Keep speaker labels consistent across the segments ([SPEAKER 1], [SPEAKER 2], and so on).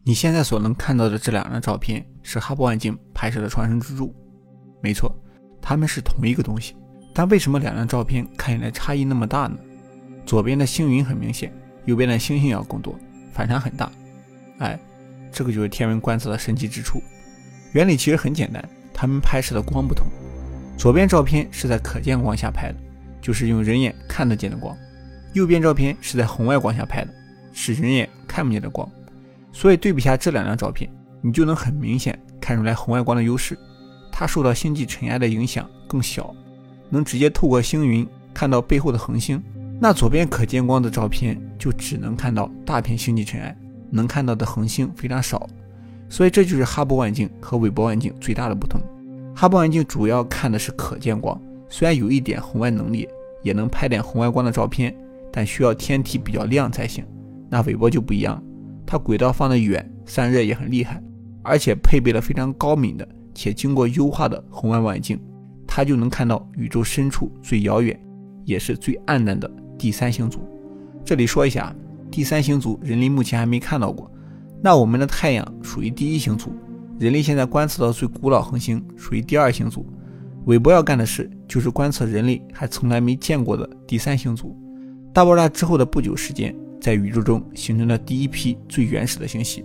[SPEAKER 1] 你现在所能看到的这两张照片是哈勃望远镜拍摄的创生之柱。没错，它们是同一个东西，但为什么两张照片看起来差异那么大呢？左边的星云很明显，右边的星星要更多，反差很大。这个就是天文观测的神奇之处。原理其实很简单，它们拍摄的光不同。左边照片是在可见光下拍的，就是用人眼看得见的光；右边照片是在红外光下拍的，是人眼看不见的光。所以对比下这两张照片，你就能很明显看出来红外光的优势，它受到星际尘埃的影响更小，能直接透过星云看到背后的恒星。那左边可见光的照片就只能看到大片星际尘埃，能看到的恒星非常少。所以这就是哈勃望远镜和韦伯望远镜最大的不同。哈勃望远镜主要看的是可见光，虽然有一点红外能力，也能拍点红外光的照片，但需要天体比较亮才行。那韦伯就不一样，它轨道放得远，散热也很厉害，而且配备了非常高敏的且经过优化的红外望远镜，它就能看到宇宙深处最遥远也是最暗淡的第三星族。这里说一下，第三星族人类目前还没看到过。那我们的太阳属于第一星族，人类现在观测到最古老恒星属于第二星族。韦伯要干的事就是观测人类还从来没见过的第三星族。大爆炸之后的不久时间，在宇宙中形成了第一批最原始的星系。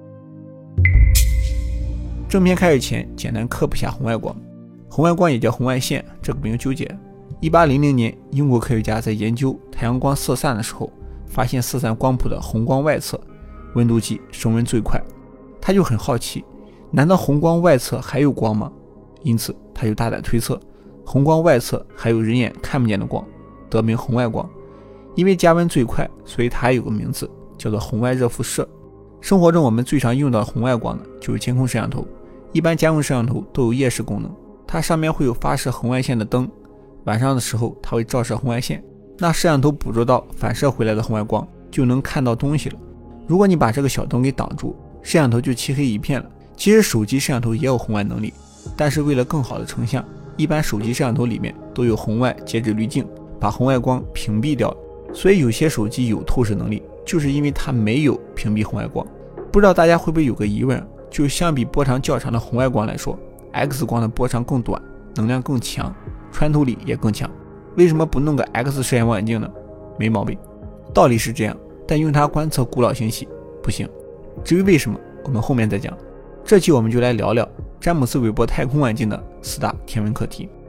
[SPEAKER 1] 正片开始前，简单科普下红外光。红外光也叫红外线，这个不用纠结。1800年，英国科学家在研究太阳光色散的时候，发现四散光谱的红光外侧温度计升温最快，他就很好奇，难道红光外侧还有光吗？因此他就大胆推测，红光外侧还有人眼看不见的光，得名红外光。因为加温最快，所以它还有个名字叫做红外热辐射。生活中我们最常用到红外光的就是监控摄像头，一般家用摄像头都有夜视功能，它上面会有发射红外线的灯，晚上的时候它会照射红外线，那摄像头捕捉到反射回来的红外光，就能看到东西了。如果你把这个小灯给挡住，摄像头就漆黑一片了。其实手机摄像头也有红外能力，但是为了更好的成像，一般手机摄像头里面都有红外截止滤镜，把红外光屏蔽掉了。所以有些手机有透视能力，就是因为它没有屏蔽红外光。不知道大家会不会有个疑问，就相比波长较长的红外光来说， X 光的波长更短，能量更强，穿透力也更强，为什么不弄个 X 射线望远镜呢？没毛病，道理是这样，但用它观测古老星系不行。至于为什么，我们后面再讲。这期我们就来聊聊詹姆斯韦伯太空望远镜的4大天文课题。